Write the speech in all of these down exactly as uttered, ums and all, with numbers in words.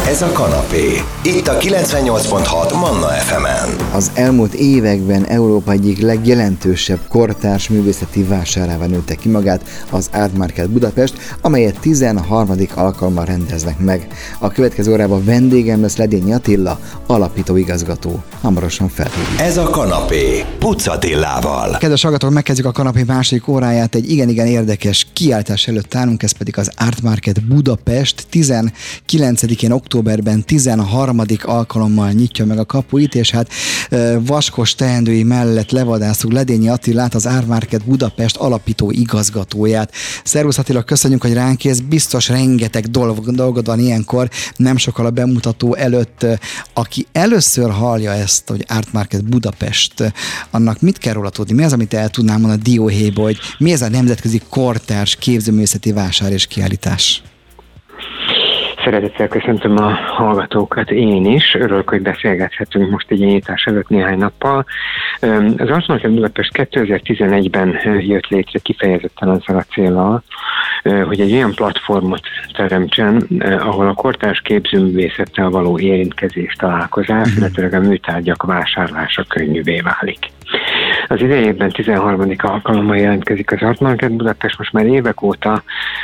Ez a kanapé. Itt a kilencvennyolc pont hat Manna ef emen. Az elmúlt években Európa egyik legjelentősebb kortárs művészeti vásárában nőtte ki magát az Art Market Budapest, amelyet tizenharmadik alkalommal rendeznek meg. A következő órában vendégem lesz Ledényi Attila, alapító igazgató. Hamarosan felhívjuk. Ez a kanapé Pucz Attilával. Kedves hallgatók, megkezdjük a kanapé második óráját. Egy igen-igen érdekes kiállítás előtt állunk, ez pedig az Art Market Budapest. tizenkilencedikén októberben tizenharmadik alkalommal nyitja meg a kapuit, és hát vaskos teendői mellett levadászunk Ledényi Attilát, az Art Market Budapest alapító igazgatóját. Szervusz Attila, köszönjük, hogy ránk kész. Biztos rengeteg dolgod van ilyenkor, nem sokkal a bemutató előtt. Aki először hallja ezt, hogy Art Market Budapest, annak mit kell róla tudni? Mi az, amit el tudnám mondani a dióhéjba, hogy mi ez a nemzetközi kortárs képzőművészeti vásár és kiállítás? Szeretettel köszöntöm a hallgatókat én is. Örülök, hogy beszélgethetünk most egy nyitás előtt néhány nappal. Az Art Market Budapest kétezer-tizenegyben jött létre kifejezetten azzal a céllal, hogy egy olyan platformot teremtsen, ahol a kortárs képzőművészettel való érintkezés, találkozás, illetve a műtárgyak vásárlása könnyűvé válik. Az idejében tizenharmadik alkalommal jelentkezik az Art Market Budapest, most már évek óta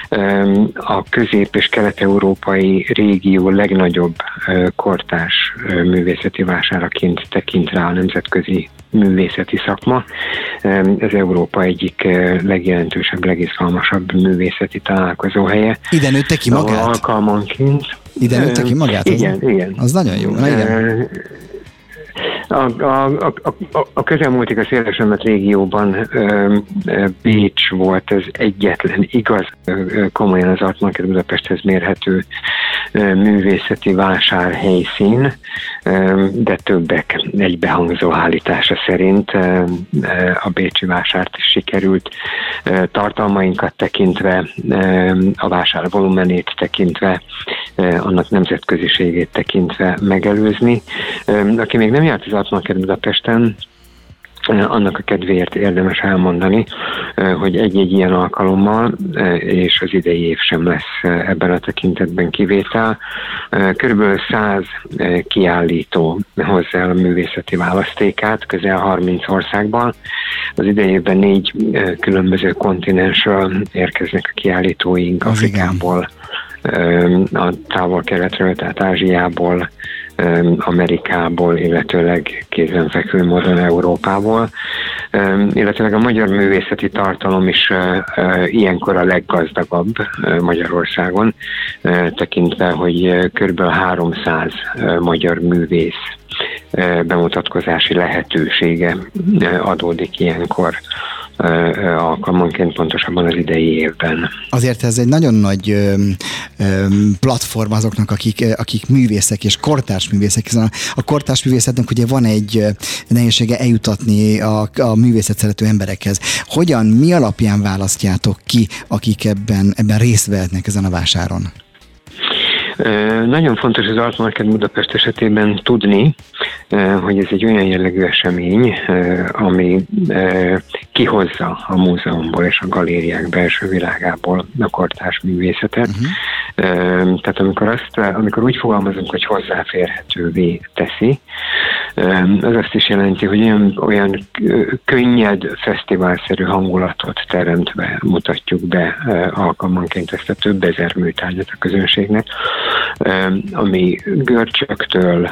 a közép- és kelet-európai régió legnagyobb kortárs művészeti vásáraként tekint rá a nemzetközi művészeti szakma. Ez Európa egyik legjelentősebb, legizgalmasabb művészeti találkozóhelye. Ide nőtte ki magát? Alkalmanként. Ide nőtte ki magát? Igen, az, igen. Az nagyon jó. Na, igen. A, a, a, a, a közelmúltig a szélesömlet régióban ö, ö, Bécs volt az egyetlen igaz, ö, komolyan az Art Market Budapesthez mérhető ö, művészeti vásárhelyszín, ö, de többek egybehangzó állítása szerint ö, ö, a bécsi vásárt is sikerült ö, tartalmainkat tekintve, ö, a vásár volumenét tekintve, ö, annak nemzetköziségét tekintve megelőzni. Ö, aki még nem járt az Art Market Budapesten, annak a kedvéért érdemes elmondani, hogy egy-egy ilyen alkalommal, és az idei év sem lesz ebben a tekintetben kivétel, körülbelül száz kiállító hozza el a művészeti választékát, közel harminc országban. Az idei évben négy különböző kontinensről érkeznek a kiállítóink, Afrikából, a távol-keletről, tehát Ázsiából, Amerikából, illetőleg kézenfekvő módon Európából, illetőleg a magyar művészeti tartalom is ilyenkor a leggazdagabb Magyarországon, tekintve, hogy kb. háromszáz magyar művész bemutatkozási lehetősége adódik ilyenkor alkalmanként, pontosabban az idei évben. Azért ez egy nagyon nagy ö, ö, platform azoknak, akik, akik művészek és kortárs művészek, hiszen a kortárs művészetnek ugye van egy nehézsége eljutatni a, a művészet szerető emberekhez. Hogyan, mi alapján választjátok ki, akik ebben, ebben részt vehetnek ezen a vásáron? Nagyon fontos az Art Market Budapest esetében tudni, hogy ez egy olyan jellegű esemény, ami kihozza a múzeumból és a galériák belső világából a kortárs művészetet. Uh-huh. Tehát amikor, azt, amikor úgy fogalmazunk, hogy hozzáférhetővé teszi, az azt is jelenti, hogy olyan, olyan könnyed, fesztiválszerű hangulatot teremtve mutatjuk be alkalmanként ezt a több ezer műtárgyat a közönségnek, ami görcsöktől,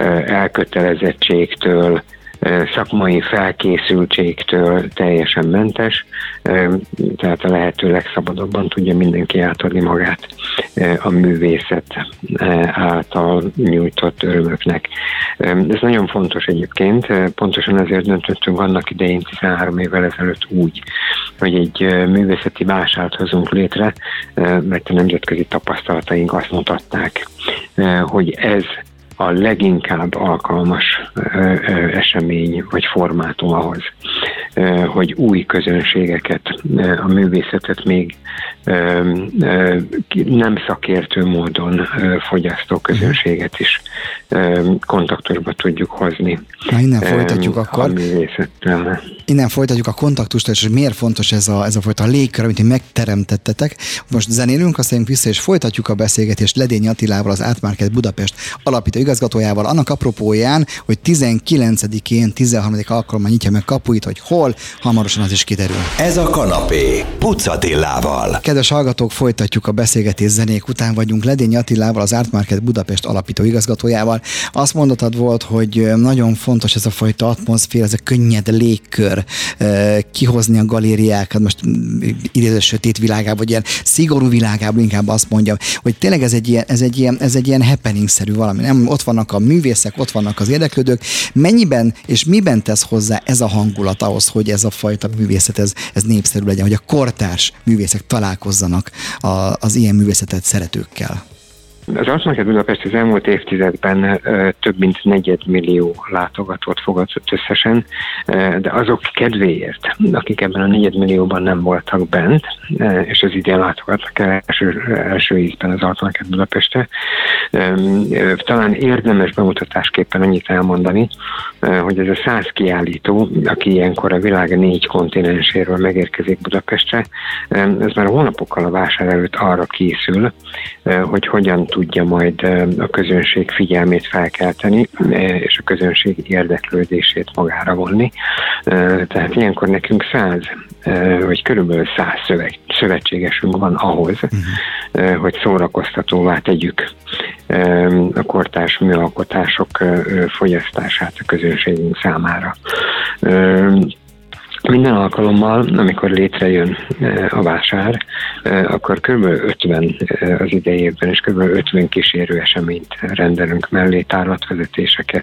elkötelezettségtől, szakmai felkészültségtől teljesen mentes, tehát a lehető legszabadabban tudja mindenki átadni magát a művészet által nyújtott örömöknek. Ez nagyon fontos egyébként, pontosan ezért döntöttünk annak idején tizenhárom évvel ezelőtt úgy, hogy egy művészeti vásárt hozunk létre, mert a nemzetközi tapasztalataink azt mutatták, hogy ez a leginkább alkalmas ö, ö, esemény vagy formátum ahhoz, ö, hogy új közönségeket, ö, a művészetet még ö, ö, nem szakértő módon ö, fogyasztó közönséget is ö, kontaktusba tudjuk hozni. Na, innen folytatjuk ö, akkor. A művészettel. Innen folytatjuk a kontaktust, és miért fontos ez a, ez a fajta légkör, amit megteremtettetek. Most zenélünk, aztán vissza, és folytatjuk a beszélgetést Ledényi Attilával, az Art Market Budapest alapító igazgatójával, annak apropóján, hogy tizenkilencedikén, tizenharmadik alkalommal nyitja meg kapuit, hogy hol, hamarosan az is kiderül. Ez a kanapé Pucz Attilával. Kedves hallgatók, folytatjuk a beszélgetés, zenék után vagyunk Ledényi Attilával, az Art Market Budapest alapító igazgatójával. Azt mondatad volt, hogy nagyon fontos ez a fajta atmoszféra, ez a könnyed légkör, kihozni a galériákat, most idéző sötét világából, vagy ilyen szigorú világából, inkább azt mondjam, hogy tényleg ez egy ilyen, ez egy ilyen, ez egy ilyen happening-szerű valami. Nem? Ott vannak a művészek, ott vannak az érdeklődők. Mennyiben és miben tesz hozzá ez a hangulat ahhoz, hogy ez a fajta művészet, ez, ez népszerű legyen, hogy a kortárs művészek találkozzanak a, az ilyen művészetet szeretőkkel? Az Art Market Budapest az elmúlt évtizedben ö, több mint negyedmillió látogatót fogadott összesen, ö, de azok kedvéért, akik ebben a negyedmillióban nem voltak bent, ö, és az idén látogattak el első, első ízben az Art Market Budapestre, ö, ö, talán érdemes bemutatásképpen annyit elmondani, ö, hogy ez a száz kiállító, aki ilyenkor a világ négy kontinenséről megérkezik Budapestre, ö, ez már hónapokkal a vásár előtt arra készül, ö, hogy hogyan tudja majd a közönség figyelmét felkelteni, és a közönség érdeklődését magára vonni. Tehát ilyenkor nekünk száz, vagy körülbelül száz szöveg, szövetségesünk van ahhoz, uh-huh. hogy szórakoztatóvá tegyük a kortárs műalkotások fogyasztását a közönségünk számára. Minden alkalommal, amikor létrejön a vásár, akkor kb. ötven az idei évben, és kb. ötven kísérő eseményt rendelünk mellé, tárlatvezetéseket,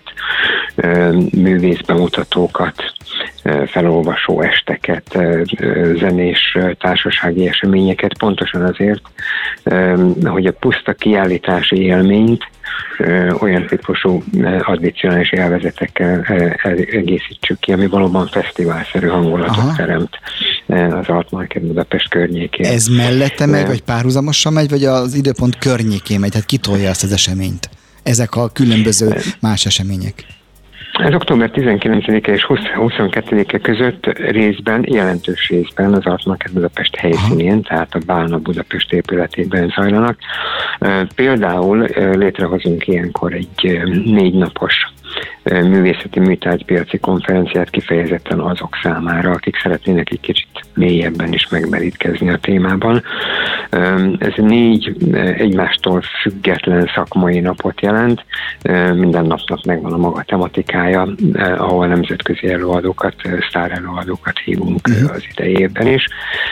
művészbemutatókat, felolvasó esteket, zenés társasági eseményeket, pontosan azért, hogy a puszta kiállítási élményt olyan típusú addicionális élvezetekkel egészítsük ki, ami valóban fesztiválszerű hangulatot Aha. teremt az Art Market Budapest környékén. Ez mellette megy, vagy párhuzamosan megy, vagy az időpont környékén megy? Tehát kitolja ezt az eseményt? Ezek a különböző más események. Ez október tizenkilencedike és huszonkettedike között részben, jelentős részben az Art Market Budapest helyszínén, Aha. tehát a Bálna Budapest épületében zajlanak. Például létrehozunk ilyenkor egy négy napos művészeti műtárgypiaci konferenciát kifejezetten azok számára, akik szeretnének egy kicsit mélyebben is megmerítkezni a témában. Ez négy egymástól független szakmai napot jelent. Minden napnak megvan a maga tematikája, ahol nemzetközi előadókat, sztár előadókat hívunk az idei évben is.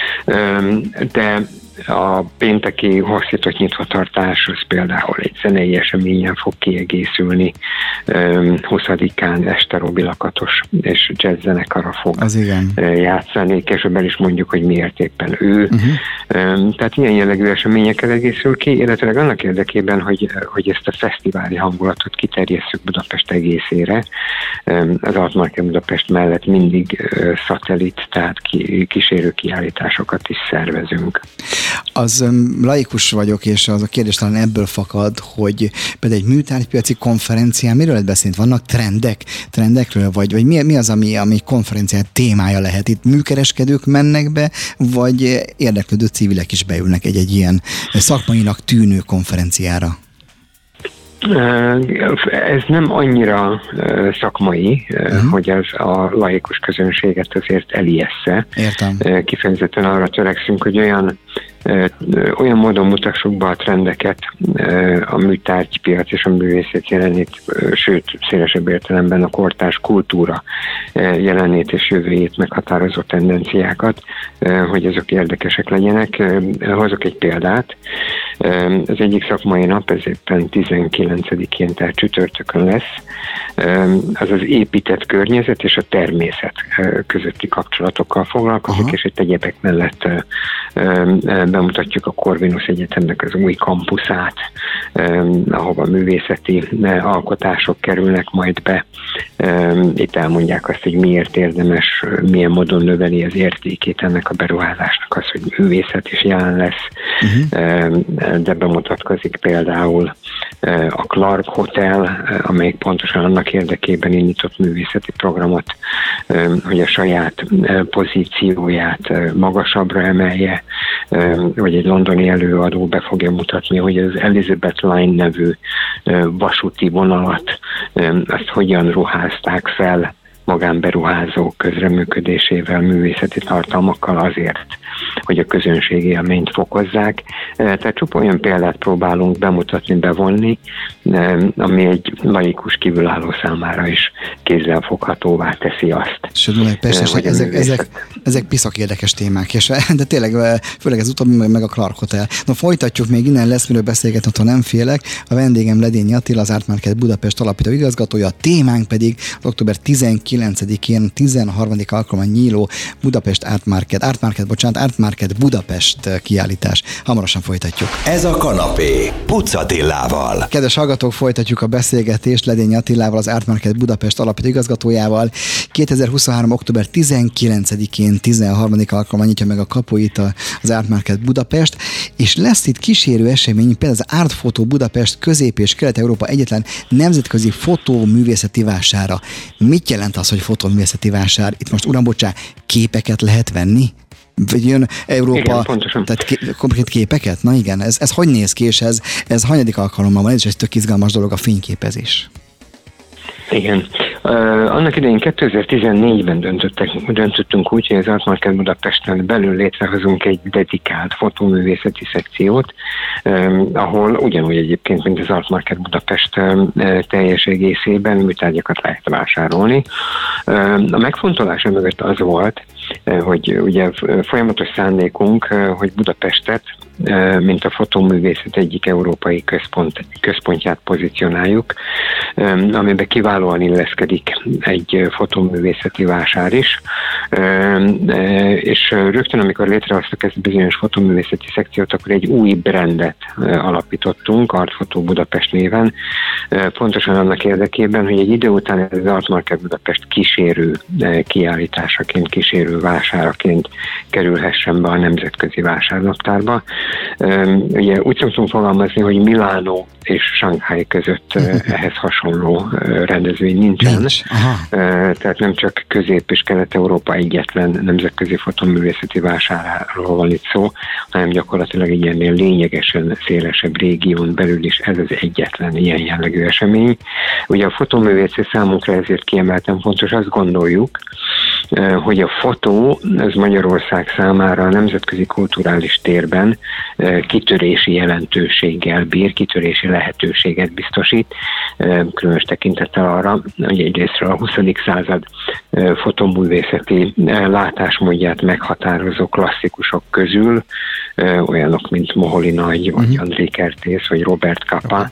De a pénteki hosszított nyitvatartás az például egy zenei eseményen fog kiegészülni. huszadikán este Robi Lakatos és jazz zenekara fog az igen. játszani. Később el is mondjuk, hogy miért éppen ő. Uh-huh. Tehát ilyen jellegű eseményekkel egészül ki, illetve annak érdekében, hogy, hogy ezt a fesztiváli hangulatot kiterjesszük Budapest egészére. Az Art Market Budapest mellett mindig szatellit, tehát kísérő kiállításokat is szervezünk. Az um, laikus vagyok, és az a kérdés talán ebből fakad, hogy például egy műtárgypiaci konferencián miről lehet beszélni? Vannak trendek, trendekről, vagy, vagy mi, mi az, ami, ami konferencián témája lehet? Itt műkereskedők mennek be, vagy érdeklődő civilek is beülnek egy-egy ilyen szakmainak tűnő konferenciára? Ez nem annyira szakmai, uh-huh. hogy az a laikus közönséget azért elijessze. Értem. Kifejezetten arra törekszünk, hogy olyan olyan módon mutassuk be a trendeket a műtárgypiac és a művészet jelenét, sőt, szélesebb értelemben a kortárs kultúra jelenét és jövőjét meghatározó tendenciákat, hogy azok érdekesek legyenek. Hozok egy példát. Az egyik szakmai nap, ez éppen tizenkilencedikén, tehát csütörtökön lesz, az az épített környezet és a természet közötti kapcsolatokkal foglalkozik, Aha. és itt egyebek mellett bemutatjuk a Corvinus Egyetemnek az új kampuszát, ahova művészeti alkotások kerülnek majd be. Itt elmondják azt, hogy miért érdemes, milyen módon növeli az értékét ennek a beruházásnak az, hogy művészet is jelen lesz, uh-huh. de bemutatkozik például a Clark Hotel, amelyik pontosan annak érdekében indított művészeti programot, hogy a saját pozícióját magasabbra emelje, vagy egy londoni előadó be fogja mutatni, hogy az Elizabeth Line nevű vasúti vonalat, azt hogyan ruházták fel magánberuházók közreműködésével, művészeti tartalmakkal azért, hogy a közönség élményt fokozzák. Tehát csupa olyan példát próbálunk bemutatni, bevonni, ami egy laikus kívülálló számára is kézzelfoghatóvá teszi azt. Sőt, persze, ezek, ezek, ezek piszak érdekes témák, és, de tényleg, főleg ez utóbbi, meg, meg a Clark Hotel. Na, folytatjuk, még innen lesz, miről beszélgetni, ha nem félek. A vendégem Ledényi Attila, az Art Market Budapest alapító igazgatója, a témánk pedig október tizenkilencedikén, tizenharmadik alkalommal nyíló Budapest Art Market, Art Market, bocsánat, Art Market Budapest kiállítás. Hamarosan folytatjuk. Ez a kanapé Puc Attilával. Kedves hallgatók, folytatjuk a beszélgetést Ledényi Attilával, az Art Market Budapest alapító igazgatójával. kétezer-huszonhárom. október tizenkilencedikén, tizenharmadik alkalommal nyitja meg a kapuit az Art Market Budapest, és lesz itt kísérő esemény, például az Art Photo Budapest Közép- és Kelet-Európa egyetlen nemzetközi fotóművészeti vására. Mit jelent az, hogy fotóművészeti vásár? Itt most, uram, bocsá, képeket lehet venni? Vagy jön Európa, igen, pontosan. Tehát ké, konkrét képeket? Na igen, ez, ez hogy néz ki, és ez, ez hanyadik alkalommal van? Ez is egy tök izgalmas dolog, a fényképezés. Igen. Uh, annak idején kétezer-tizennégyben döntöttek, döntöttünk úgy, hogy az Art Market Budapesten belül létrehozunk egy dedikált fotóművészeti szekciót, um, ahol ugyanúgy egyébként, mint az Art Market Budapest um, teljes egészében műtárgyakat lehet vásárolni. Um, a megfontolása mögött az volt, uh, hogy ugye folyamatos szándékunk, uh, hogy Budapestet, uh, mint a fotóművészet egyik európai központ, központját pozícionáljuk, um, amiben kiválóan illeszkedik egy fotóművészeti vásár is, és rögtön, amikor létrehoztuk ezt a bizonyos fotóművészeti szekciót, akkor egy új brandet alapítottunk, Art Photo Budapest néven, pontosan annak érdekében, hogy egy idő után ez az Art Market Budapest kísérő kiállításaként, kísérő vásáraként kerülhessen be a nemzetközi vásárnaptárba. Ugye úgy szoktunk fogalmazni, hogy Milánó és Shanghai között ehhez hasonló rendezvény nincsen. Nincs. Tehát nem csak Közép- és Kelet-Európa egyetlen nemzetközi fotóművészeti vásáráról van itt szó, hanem gyakorlatilag egy ennél lényegesen szélesebb régión belül is ez az egyetlen ilyen jellegű esemény. Ugye a fotóművészet számunkra ezért kiemelten fontos, azt gondoljuk, hogy a fotó az Magyarország számára a nemzetközi kulturális térben kitörési jelentőséggel bír, kitörési lehetőséget biztosít, különös tekintettel arra, hogy egyrésztről a huszadik század fotóművészeti látásmódját meghatározó klasszikusok közül olyanok, mint Moholi Nagy, vagy uh-huh. André Kertész, vagy Robert Capa,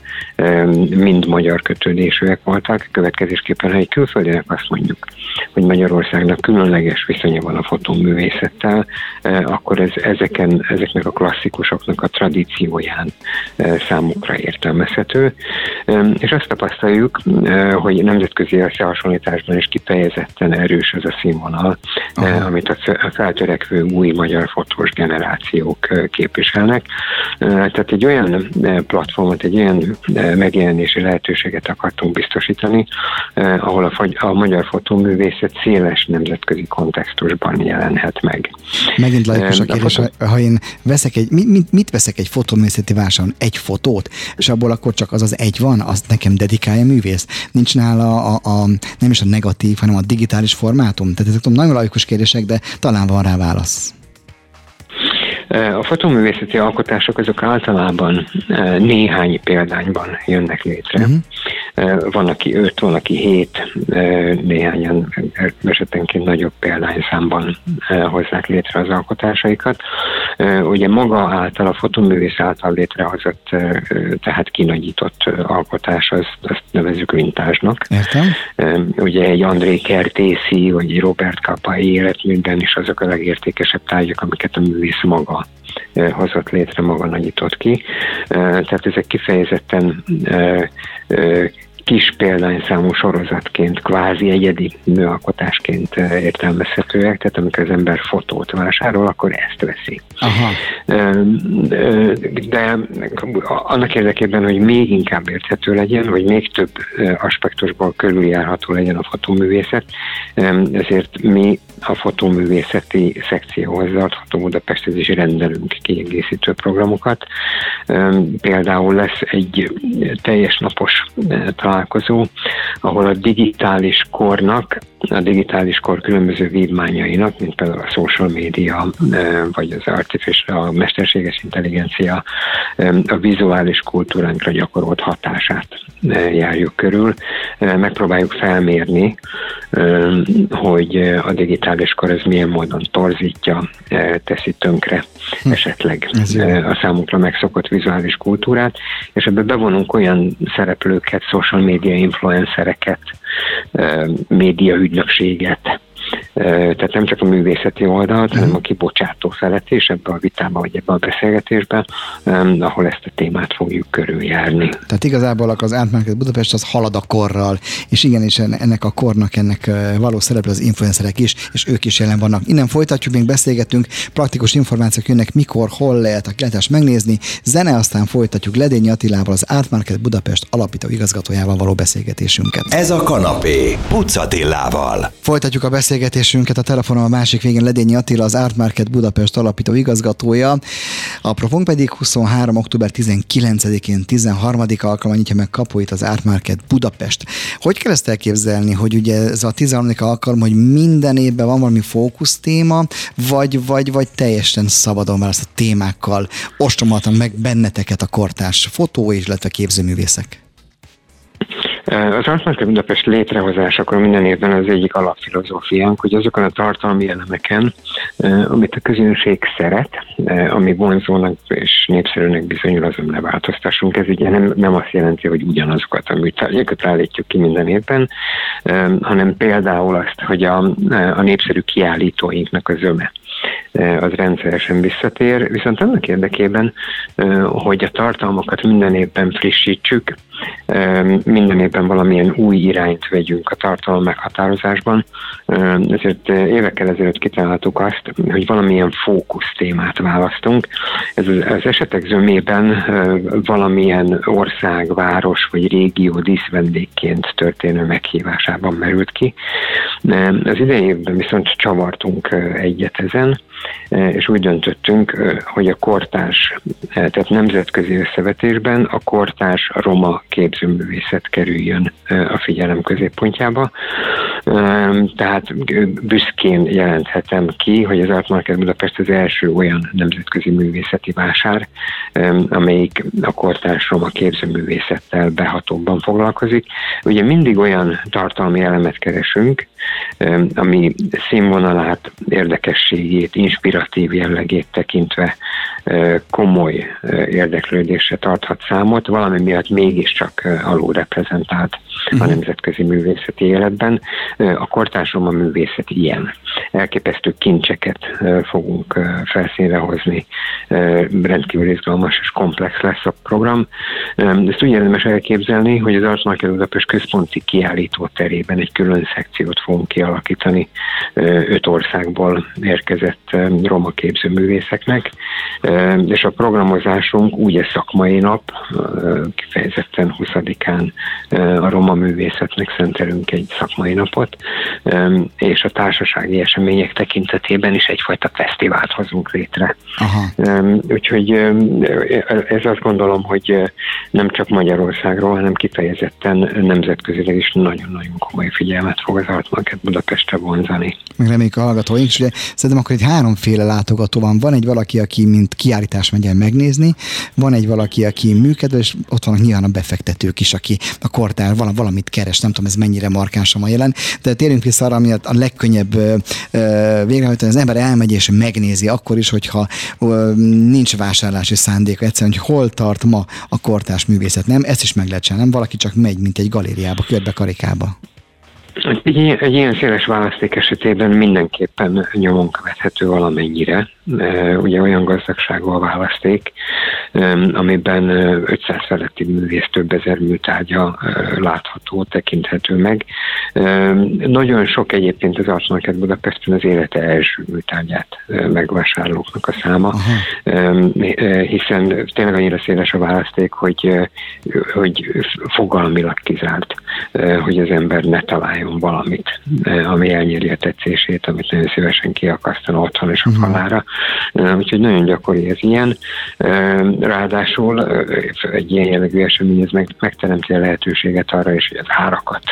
mind magyar kötődésűek voltak. Következésképpen, ha egy külföldinek azt mondjuk, hogy Magyarországnak különleges viszonya van a fotóművészettel, akkor ez ezeken, ezeknek a klasszikusoknak a tradícióján számukra értelmezhető. És azt tapasztaljuk, hogy nemzetközi összehasonlításban is kifejezetten erős az a színvonal, Aha. amit a feltörekvő új magyar fotós generációk képviselnek. Tehát egy olyan platformot, egy olyan megjelenési lehetőséget akartunk biztosítani, ahol a, a magyar fotóművészet széles nemzetközi kontextusban jelenhet meg. Megint laikus a kérdés, fotó... ha én veszek egy, mit, mit veszek egy fotóművészeti vásáron? Egy fotót? És abból akkor csak az az egy van, azt nekem dedikálja művész? Nincs nála a, a, nem is a negatív, hanem a digitális formátum? Tehát ezek nagyon laikus kérdések, de talán van rá válasz. A fotóművészeti alkotások azok általában néhány példányban jönnek létre. Uh-huh. Van, aki öt, van, aki hét, néhányan esetenként nagyobb példányszámban hozzák létre az alkotásaikat. Ugye maga által, a fotóművész által létrehozott, tehát kinagyított alkotás, azt, azt nevezzük vintázsnak. Értem. Ugye egy André Kertészi, vagy egy Robert Capai életműben is azok a legértékesebb tárgyak, amiket a művész maga hozott létre, maga nagyított ki. Tehát ezek kifejezetten kis példányszámú sorozatként, kvázi egyedi műalkotásként értelmezhetőek, tehát amikor az ember fotót vásárol, akkor ezt veszi. Aha. De annak érdekében, hogy még inkább érthető legyen, vagy még több aspektusból körüljárható legyen a fotóművészet, ezért mi a fotóművészeti szekcióhoz tartható Budapesthez is rendelünk kiegészítő programokat. Például lesz egy teljes napos találkozó, ahol a digitális kornak, a digitális kor különböző vívmányainak, mint például a social media, vagy az artificial, a mesterséges intelligencia, a vizuális kultúránkra gyakorolt hatását járjuk körül. Megpróbáljuk felmérni, hogy a digitális kor ez milyen módon torzítja, teszi tönkre esetleg a számunkra megszokott vizuális kultúrát, és ebbe bevonunk olyan szereplőket, social media influencereket, média ügynökséget, tehát nem csak a művészeti oldalt, hanem a kibocsátó felet is ebbe a vitába, vagy ebbe a beszélgetésbe, ahol ezt a témát fogjuk körüljárni. Tehát igazából az Art Market Budapest az halad a korral, és igenis ennek a kornak, ennek való szereplő az influencerek is, és ők is jelen vannak. Innen folytatjuk, még beszélgetünk, praktikus információk jönnek, mikor, hol lehet a kilátást megnézni, zene, aztán folytatjuk Ledényi Attilával, az Art Market Budapest alapító igazgatójával való beszélgetésünket. Ez a kanapé, Pucz Attilával. Folytatjuk a beszélgetésünket, a telefonon a másik végén Ledényi Attila, az Art Market Budapest alapító igazgatója. Apropónk pedig huszonhárom október tizenkilencedikén tizenharmadik alkalommal nyitja meg kapuit az Art Market Budapest. Hogy kell ezt elképzelni, hogy ugye ez a tizenharmadik alkalom, hogy minden évben van valami fókusz téma, vagy, vagy, vagy teljesen szabadon választ a témákkal ostromoltan meg benneteket a kortárs fotó, illetve képzőművészek? Az Art Market Budapest létrehozásakor minden évben az egyik alapfilozófiánk, hogy azokon a tartalmi elemeken, amit a közönség szeret, ami vonzónak és népszerűnek bizonyul, azon ne változtassunk. Ez ugye nem, nem azt jelenti, hogy ugyanazokat a műtárgyakat állítjuk ki minden évben, hanem például azt, hogy a, a népszerű kiállítóinknak a zöme az rendszeresen visszatér, viszont annak érdekében, hogy a tartalmakat minden évben frissítsük, minden évben valamilyen új irányt vegyünk a tartalom meghatározásban, ezért évekkel ezelőtt kitaláltuk azt, hogy valamilyen fókusz témát választunk. Ez az esetek zömében valamilyen ország, város vagy régió díszvendégként történő meghívásában merült ki. Az idei évben viszont csavartunk egyet ezen, és úgy döntöttünk, hogy a kortárs, tehát nemzetközi összevetésben a kortárs roma képzőművészet kerüljön a figyelem középpontjába. Tehát büszkén jelenthetem ki, hogy az Art Market Budapest az első olyan nemzetközi művészeti vásár, amelyik a kortárs roma képzőművészettel behatóbban foglalkozik. Ugye mindig olyan tartalmi elemet keresünk, ami színvonalát, érdekességét, inspiratív jellegét tekintve komoly érdeklődésre tarthat számot, valami miatt mégiscsak alulreprezentált a nemzetközi művészeti életben. A kortárs roma művészet ilyen. Elképesztő kincseket fogunk felszínre hozni, rendkívül izgalmas és komplex lesz a program. Ezt úgy érdemes elképzelni, hogy az Art Market Budapest központi kiállító terében egy külön szekciót fogunk kialakítani öt országból érkezett roma képzőművészeknek, és a programozásunk úgy a szakmai nap, kifejezetten huszadikán a roma művészetnek szentelünk egy szakmai napot, és a társasági események tekintetében is egyfajta fesztivált hozunk létre. Aha. Úgyhogy ez azt gondolom, hogy nem csak Magyarországról, hanem kifejezetten nemzetközileg is nagyon-nagyon komoly figyelmet fog az Art Market Budapestre vonzani. Meg reméljük a hallgatóink is, ugye szerintem akkor egy háromféle látogató van. Van egy valaki, aki mint kiállítás megy el megnézni, van egy valaki, aki működő, és ott vannak nyilván a befektetők is, aki a kortár valamit keres, nem tudom, ez mennyire markánsan van jelen, de térjünk vissza arra, ami a legkönnyebb végrehajtani, az ember elmegy és megnézi, akkor is, hogyha ö, nincs vásárlási szándéka, egyszerűen, hogy hol tart ma a kortárs művészet, nem? Ezt is meg lehet csinálni, nem? Valaki csak megy, mint egy galériába, körbe karikába. Egy, egy ilyen széles választék esetében mindenképpen nyomon követhető valamennyire. Ugye olyan gazdagságú a választék, amiben ötszáz feletti művész, több ezer műtárgya látható, tekinthető meg. Nagyon sok egyébként az Art Market Budapesten az élete első műtárgyát megvásárlóknak a száma, Aha. hiszen tényleg annyira széles a választék, hogy, hogy fogalmilag kizárt, hogy az ember ne találjon valamit, ami elnyeri a tetszését, amit nagyon szívesen kiakasztana otthon és a falára. Úgyhogy nagyon gyakori ez ilyen. Ráadásul egy ilyen jellegű esemény ez meg, megteremti a lehetőséget arra is, hogy az árakat,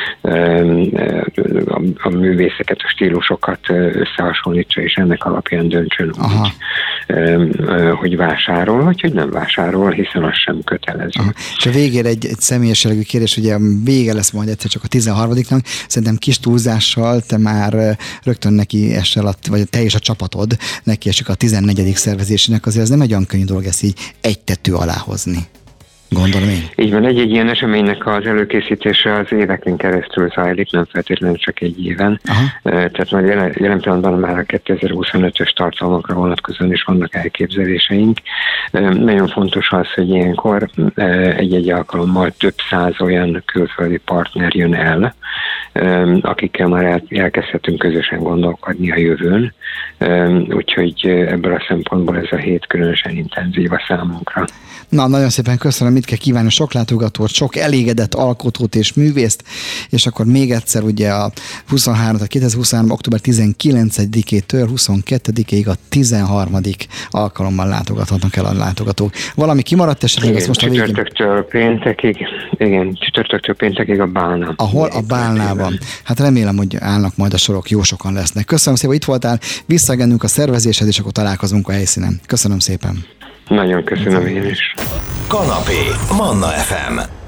a, a művészeket, a stílusokat összehasonlítsa, és ennek alapján döntsön úgy, hogy vásárol, vagy hogy nem vásárol, hiszen az sem kötelező. Aha. És a végére egy, egy személyes jellegű kérdés, ugye vége lesz majd egyszer csak a tizenharmadiknak, szerintem kis túlzással te már rögtön neki esel, a, vagy te és a csapatod neki esik a tizennegyedik szervezésének, azért ez nem egy olyan könnyű dolog ezt így egy tető alá hozni. Gondolom én. Így van, egy-egy ilyen eseménynek az előkészítése az éveken keresztül zajlik, nem feltétlenül csak egy éven. Aha. Tehát már jelen, jelen pillanatban már a kétezer-huszonötös tartalmakra vonatkozóan is vannak elképzeléseink. Nagyon fontos az, hogy ilyenkor egy-egy alkalommal több száz olyan külföldi partner jön el, akikkel már elkezdhetünk közösen gondolkodni a jövőn. Úgyhogy ebből a szempontból ez a hét különösen intenzív a számunkra. Na, nagyon szépen köszönöm, mit kell kívánni, sok látogatót, sok elégedett alkotót és művészt, és akkor még egyszer ugye a huszonhárom, a kétezer-huszonhárom. október tizenkilencedikétől huszonkettedikéig a tizenharmadik alkalommal látogathatnak el a látogatók. Valami kimaradt esetleg? Igen, most a végén... csütörtöktől péntekig, igen, csütörtöktől péntekig a Bálna. Ahol? A Bálnában. Hát remélem, hogy állnak majd a sorok, jó sokan lesznek. Köszönöm szépen, hogy itt voltál, visszaengedünk a szervezéshez, és akkor találkozunk a helyszínen. Köszönöm szépen. Nagyon köszönöm én is. Kanapé, Manna ef em.